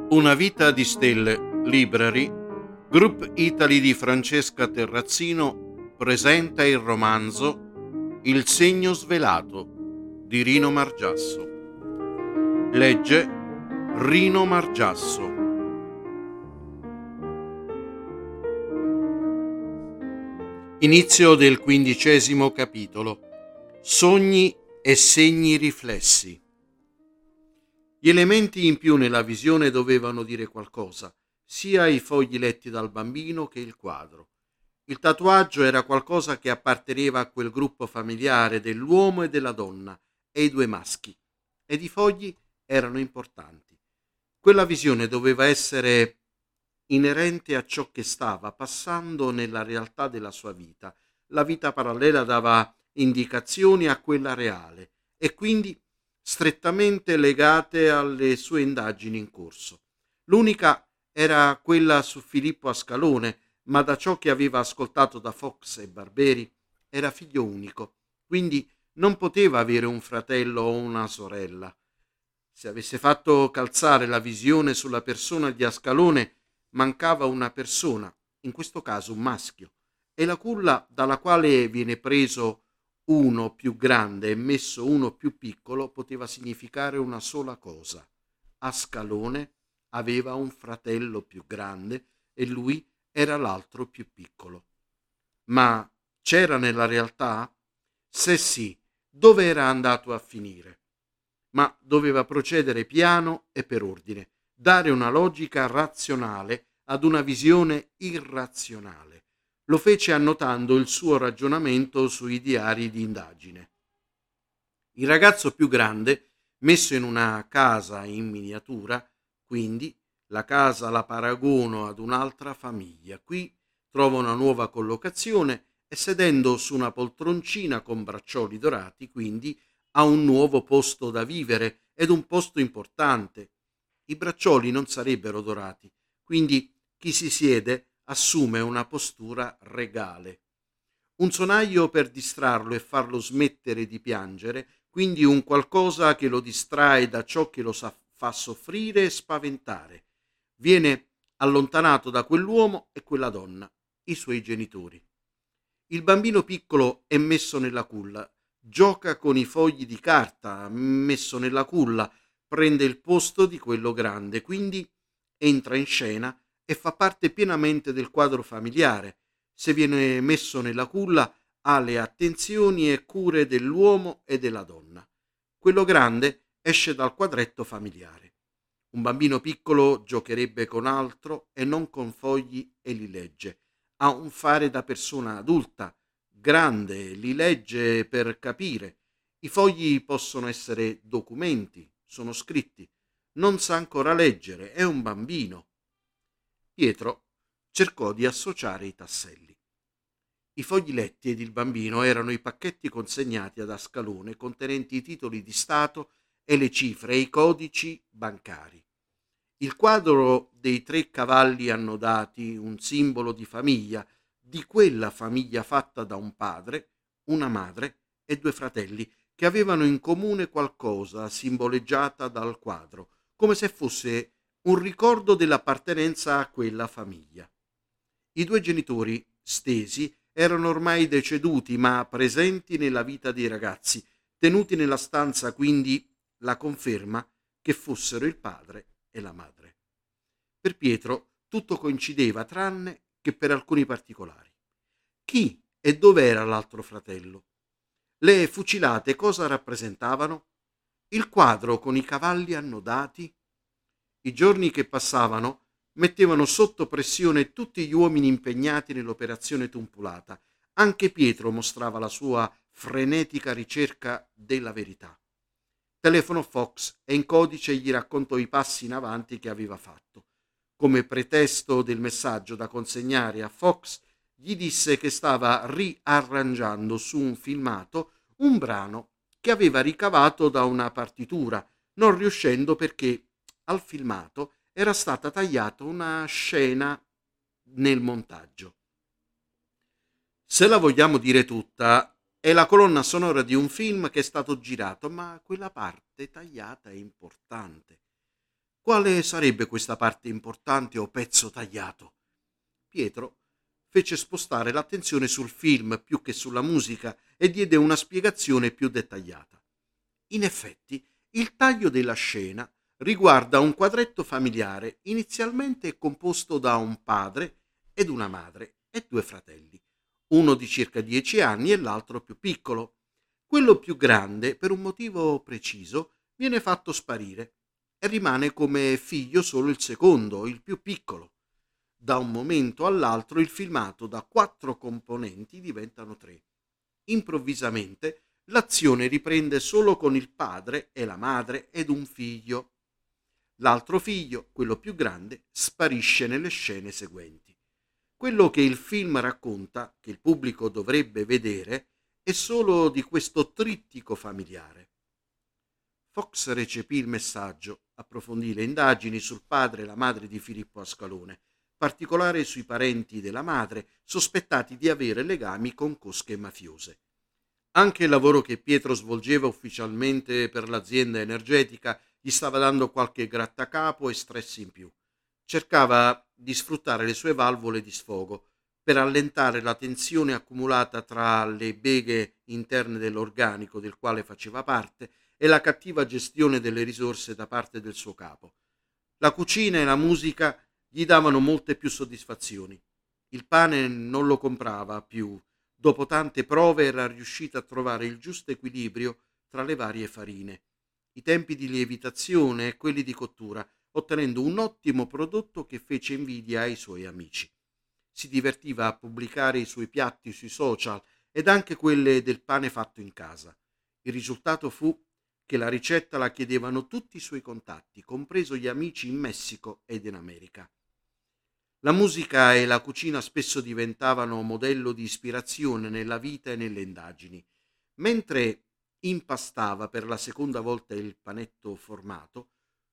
Una vita di stelle, Library, Group Italy di Francesca Terrazzino presenta il romanzo Il segno svelato di Rino Margiasso. Legge Rino Margiasso. Inizio del 15° capitolo. Sogni e segni riflessi. Gli elementi in più nella visione dovevano dire qualcosa, sia i fogli letti dal bambino che il quadro. Il tatuaggio era qualcosa che apparteneva a quel gruppo familiare dell'uomo e della donna e i due maschi, ed i fogli erano importanti. Quella visione doveva essere inerente a ciò che stava passando nella realtà della sua vita. La vita parallela dava indicazioni a quella reale e quindi strettamente legate alle sue indagini in corso. L'unica era quella su Filippo Ascalone, ma da ciò che aveva ascoltato da Fox e Barberi era figlio unico, quindi non poteva avere un fratello o una sorella. Se avesse fatto calzare la visione sulla persona di Ascalone, mancava una persona, in questo caso un maschio, e la culla dalla quale viene preso uno più grande e messo uno più piccolo poteva significare una sola cosa: Ascalone aveva un fratello più grande e lui era l'altro più piccolo. Ma c'era nella realtà? Se sì, dove era andato a finire? Ma doveva procedere piano e per ordine, dare una logica razionale ad una visione irrazionale. Lo fece annotando il suo ragionamento sui diari di indagine. Il ragazzo più grande, messo in una casa in miniatura, quindi la casa la paragono ad un'altra famiglia. Qui trova una nuova collocazione e sedendo su una poltroncina con braccioli dorati, quindi ha un nuovo posto da vivere ed un posto importante. I braccioli non sarebbero dorati, quindi chi si siede assume una postura regale. Un sonaglio per distrarlo e farlo smettere di piangere, quindi un qualcosa che lo distrae da ciò che lo fa soffrire e spaventare. Viene allontanato da quell'uomo e quella donna, i suoi genitori. Il bambino piccolo è messo nella culla, gioca con i fogli di carta, messo nella culla, prende il posto di quello grande, quindi entra in scena e fa parte pienamente del quadro familiare. Se viene messo nella culla ha le attenzioni e cure dell'uomo e della donna. Quello grande esce dal quadretto familiare. Un bambino piccolo giocherebbe con altro e non con fogli e li legge. Ha un fare da persona adulta, grande, li legge per capire. I fogli possono essere documenti, sono scritti. Non sa ancora leggere, è un bambino. Pietro cercò di associare i tasselli. I fogli letti ed il bambino erano i pacchetti consegnati ad Ascalone contenenti i titoli di Stato e le cifre e i codici bancari. Il quadro dei 3 cavalli annodati, un simbolo di famiglia, di quella famiglia fatta da un padre, una madre e 2 fratelli, che avevano in comune qualcosa simboleggiata dal quadro, come se fosse un ricordo dell'appartenenza a quella famiglia. I 2 genitori, stesi, erano ormai deceduti, ma presenti nella vita dei ragazzi, tenuti nella stanza quindi la conferma che fossero il padre e la madre. Per Pietro tutto coincideva tranne che per alcuni particolari. Chi e dov'era l'altro fratello? Le fucilate cosa rappresentavano? Il quadro con i cavalli annodati? I giorni che passavano mettevano sotto pressione tutti gli uomini impegnati nell'operazione Tumpulata. Anche Pietro mostrava la sua frenetica ricerca della verità. Telefonò Fox e in codice gli raccontò i passi in avanti che aveva fatto. Come pretesto del messaggio da consegnare a Fox, gli disse che stava riarrangiando su un filmato un brano che aveva ricavato da una partitura, non riuscendo perché al filmato era stata tagliata una scena nel montaggio. Se la vogliamo dire tutta, è la colonna sonora di un film che è stato girato, ma quella parte tagliata è importante. Quale sarebbe questa parte importante o pezzo tagliato? Pietro fece spostare l'attenzione sul film più che sulla musica e diede una spiegazione più dettagliata. In effetti, il taglio della scena riguarda un quadretto familiare inizialmente composto da un padre ed una madre e due fratelli, uno di circa 10 anni e l'altro più piccolo. Quello più grande, per un motivo preciso, viene fatto sparire e rimane come figlio solo il secondo, il più piccolo. Da un momento all'altro il filmato da 4 componenti diventano 3. Improvvisamente l'azione riprende solo con il padre e la madre ed un figlio. L'altro figlio, quello più grande, sparisce nelle scene seguenti. Quello che il film racconta, che il pubblico dovrebbe vedere, è solo di questo trittico familiare. Fox recepì il messaggio, approfondì le indagini sul padre e la madre di Filippo Ascalone, in particolare sui parenti della madre, sospettati di avere legami con cosche mafiose. Anche il lavoro che Pietro svolgeva ufficialmente per l'azienda energetica gli stava dando qualche grattacapo e stress in più. Cercava di sfruttare le sue valvole di sfogo per allentare la tensione accumulata tra le beghe interne dell'organico del quale faceva parte e la cattiva gestione delle risorse da parte del suo capo. La cucina e la musica gli davano molte più soddisfazioni. Il pane non lo comprava più. Dopo tante prove era riuscito a trovare il giusto equilibrio tra le varie farine, i tempi di lievitazione e quelli di cottura, ottenendo un ottimo prodotto che fece invidia ai suoi amici. Si divertiva a pubblicare i suoi piatti sui social ed anche quelle del pane fatto in casa. Il risultato fu che la ricetta la chiedevano tutti i suoi contatti, compreso gli amici in Messico ed in America. La musica e la cucina spesso diventavano modello di ispirazione nella vita e nelle indagini. Mentre impastava per la seconda volta il panetto formato,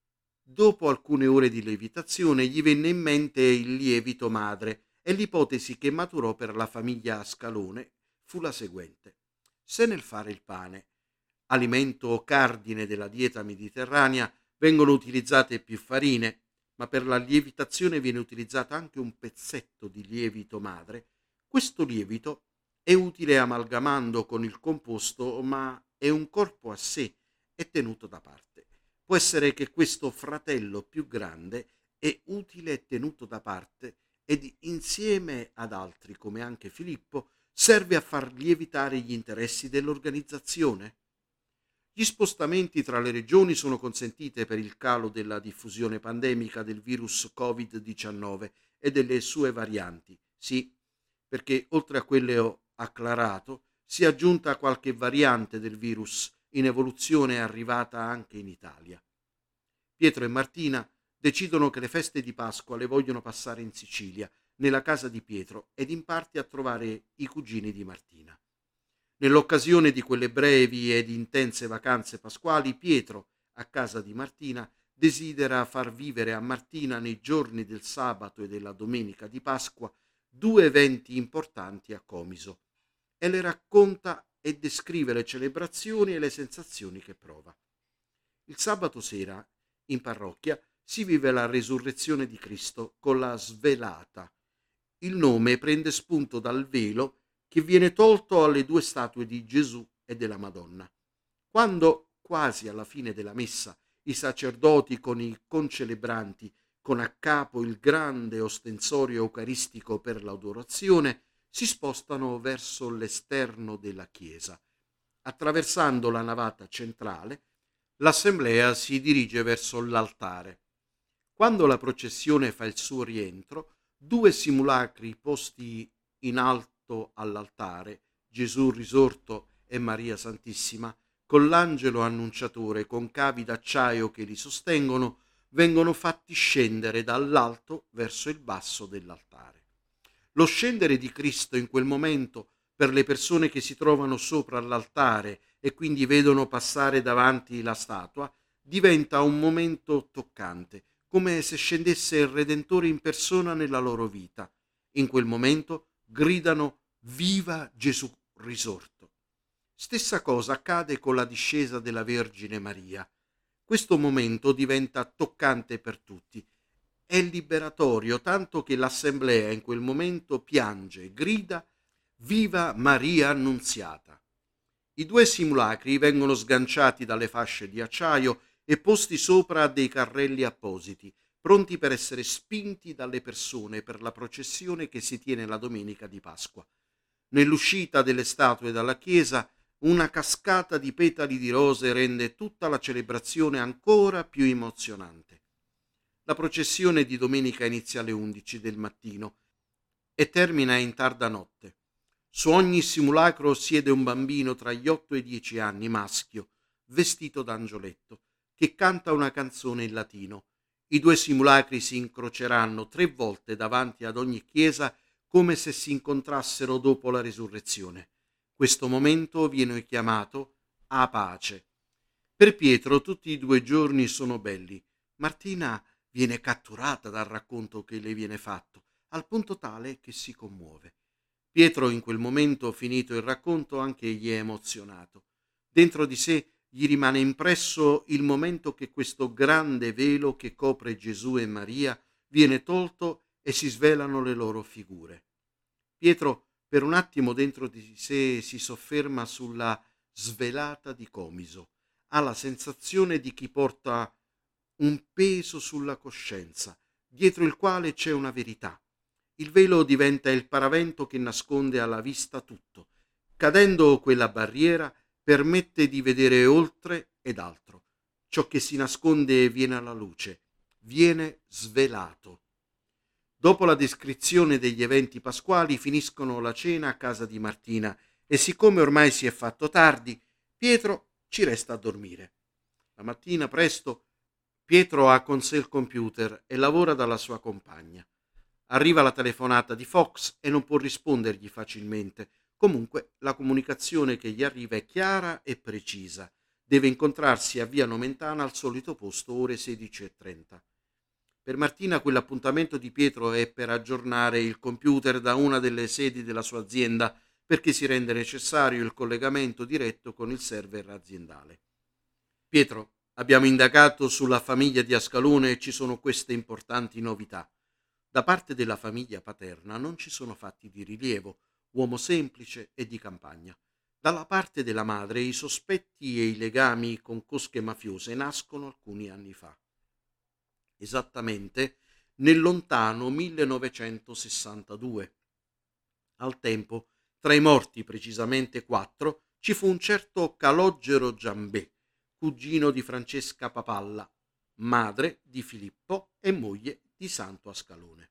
dopo alcune ore di lievitazione gli venne in mente il lievito madre e l'ipotesi che maturò per la famiglia Ascalone fu la seguente. Se nel fare il pane, alimento cardine della dieta mediterranea, vengono utilizzate più farine, ma per la lievitazione viene utilizzato anche un pezzetto di lievito madre, questo lievito è utile amalgamando con il composto, ma è un corpo a sé e tenuto da parte. Può essere che questo fratello più grande è utile e tenuto da parte ed insieme ad altri, come anche Filippo, serve a far lievitare gli interessi dell'organizzazione. Gli spostamenti tra le regioni sono consentiti per il calo della diffusione pandemica del virus Covid-19 e delle sue varianti. Sì, perché oltre a quelle ho acclarato, si è aggiunta qualche variante del virus in evoluzione arrivata anche in Italia. Pietro e Martina decidono che le feste di Pasqua le vogliono passare in Sicilia, nella casa di Pietro, ed in parte a trovare i cugini di Martina. Nell'occasione di quelle brevi ed intense vacanze pasquali, Pietro, a casa di Martina, desidera far vivere a Martina nei giorni del sabato e della domenica di Pasqua 2 eventi importanti a Comiso e le racconta e descrive le celebrazioni e le sensazioni che prova. Il sabato sera, in parrocchia, si vive la risurrezione di Cristo con la svelata. Il nome prende spunto dal velo che viene tolto alle 2 statue di Gesù e della Madonna. Quando, quasi alla fine della messa, i sacerdoti con i concelebranti con a capo il grande ostensorio eucaristico per l'adorazione, si spostano verso l'esterno della chiesa. Attraversando la navata centrale, l'assemblea si dirige verso l'altare. Quando la processione fa il suo rientro, 2 simulacri posti in alto all'altare, Gesù risorto e Maria Santissima, con l'angelo annunciatore con cavi d'acciaio che li sostengono, vengono fatti scendere dall'alto verso il basso dell'altare. Lo scendere di Cristo in quel momento per le persone che si trovano sopra l'altare e quindi vedono passare davanti la statua diventa un momento toccante, come se scendesse il Redentore in persona nella loro vita. In quel momento gridano «Viva Gesù risorto!». Stessa cosa accade con la discesa della Vergine Maria. Questo momento diventa toccante per tutti. È liberatorio, tanto che l'assemblea in quel momento piange, grida «Viva Maria Annunziata!». I due simulacri vengono sganciati dalle fasce di acciaio e posti sopra dei carrelli appositi, pronti per essere spinti dalle persone per la processione che si tiene la domenica di Pasqua. Nell'uscita delle statue dalla chiesa, una cascata di petali di rose rende tutta la celebrazione ancora più emozionante. La processione di domenica inizia alle 11 del mattino e termina in tarda notte. Su ogni simulacro siede un bambino tra gli 8 e i 10 anni, maschio, vestito da angioletto, che canta una canzone in latino. I due simulacri si incroceranno 3 volte davanti ad ogni chiesa come se si incontrassero dopo la risurrezione. Questo momento viene chiamato a pace. Per Pietro tutti i 2 giorni sono belli. Martina viene catturata dal racconto che le viene fatto, al punto tale che si commuove. Pietro in quel momento, finito il racconto, anche egli è emozionato. Dentro di sé gli rimane impresso il momento che questo grande velo che copre Gesù e Maria viene tolto e si svelano le loro figure. Pietro per un attimo dentro di sé si sofferma sulla svelata di Comiso. Ha la sensazione di chi porta un peso sulla coscienza, dietro il quale c'è una verità. Il velo diventa il paravento che nasconde alla vista tutto. Cadendo quella barriera permette di vedere oltre ed altro. Ciò che si nasconde viene alla luce, viene svelato. Dopo la descrizione degli eventi pasquali finiscono la cena a casa di Martina e siccome ormai si è fatto tardi, Pietro ci resta a dormire. La mattina presto Pietro ha con sé il computer e lavora dalla sua compagna. Arriva la telefonata di Fox e non può rispondergli facilmente. Comunque la comunicazione che gli arriva è chiara e precisa. Deve incontrarsi a Via Nomentana al solito posto ore 16:30. Per Martina quell'appuntamento di Pietro è per aggiornare il computer da una delle sedi della sua azienda perché si rende necessario il collegamento diretto con il server aziendale. Pietro, abbiamo indagato sulla famiglia di Ascalone e ci sono queste importanti novità. Da parte della famiglia paterna non ci sono fatti di rilievo, uomo semplice e di campagna. Dalla parte della madre i sospetti e i legami con cosche mafiose nascono alcuni anni fa. Esattamente nel lontano 1962. Al tempo, tra i morti, precisamente 4, ci fu un certo Calogero Giambé, cugino di Francesca Papalla, madre di Filippo e moglie di Santo Ascalone.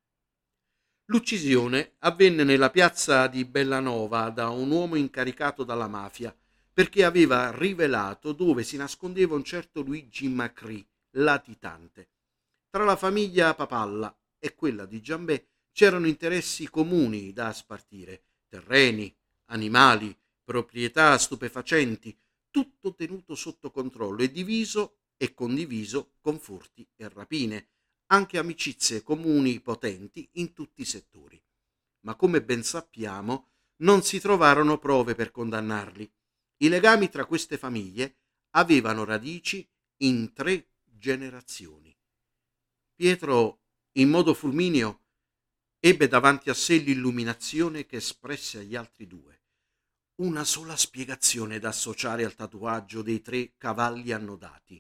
L'uccisione avvenne nella piazza di Bellanova da un uomo incaricato dalla mafia perché aveva rivelato dove si nascondeva un certo Luigi Macri, latitante. Tra la famiglia Papalla e quella di Giambé c'erano interessi comuni da spartire, terreni, animali, proprietà stupefacenti, tutto tenuto sotto controllo e diviso e condiviso con furti e rapine, anche amicizie comuni potenti in tutti i settori. Ma come ben sappiamo, non si trovarono prove per condannarli. I legami tra queste famiglie avevano radici in 3 generazioni. Pietro, in modo fulmineo, ebbe davanti a sé l'illuminazione che espresse agli altri 2. Una sola spiegazione da associare al tatuaggio dei 3 cavalli annodati.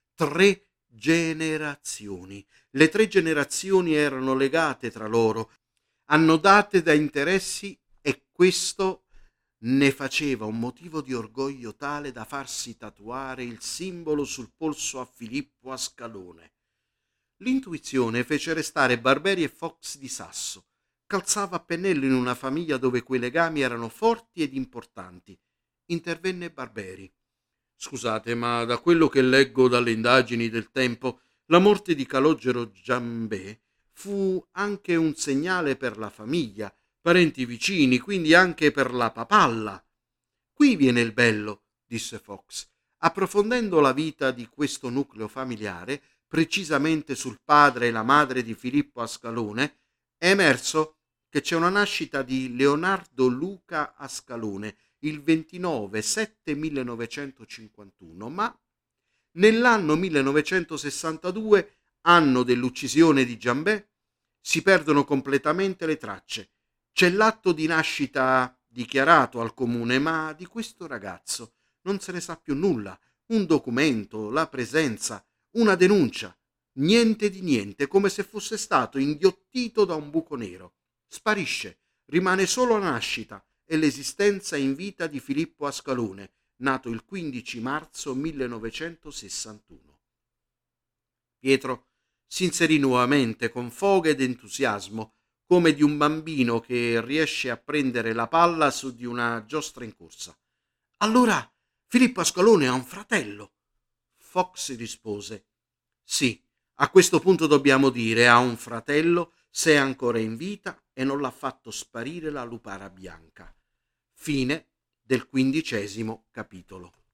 3 generazioni. Le 3 generazioni erano legate tra loro, annodate da interessi e questo ne faceva un motivo di orgoglio tale da farsi tatuare il simbolo sul polso a Filippo Ascalone. L'intuizione fece restare Barberi e Fox di sasso. Calzava a pennello in una famiglia dove quei legami erano forti ed importanti. Intervenne Barberi. Scusate, ma da quello che leggo dalle indagini del tempo, la morte di Calogero Giambé fu anche un segnale per la famiglia, parenti vicini, quindi anche per la Papalla. Qui viene il bello, disse Fox. Approfondendo la vita di questo nucleo familiare, precisamente sul padre e la madre di Filippo Ascalone, è emerso che c'è una nascita di Leonardo Luca Ascalone il 29/7/1951, ma Nell'anno 1962, anno dell'uccisione di Giambè, si perdono completamente le tracce. C'è l'atto di nascita dichiarato al comune, ma di questo ragazzo non se ne sa più nulla. Un documento, la presenza, una denuncia. Niente di niente, come se fosse stato inghiottito da un buco nero. Sparisce, rimane solo la nascita e l'esistenza in vita di Filippo Ascalone, nato il 15 marzo 1961. Pietro si inserì nuovamente con foga ed entusiasmo, come di un bambino che riesce a prendere la palla su di una giostra in corsa. Allora Filippo Ascalone ha un fratello? Fox rispose: sì, a questo punto dobbiamo dire ha un fratello se è ancora in vita e non l'ha fatto sparire la lupara bianca. Fine del 15° capitolo.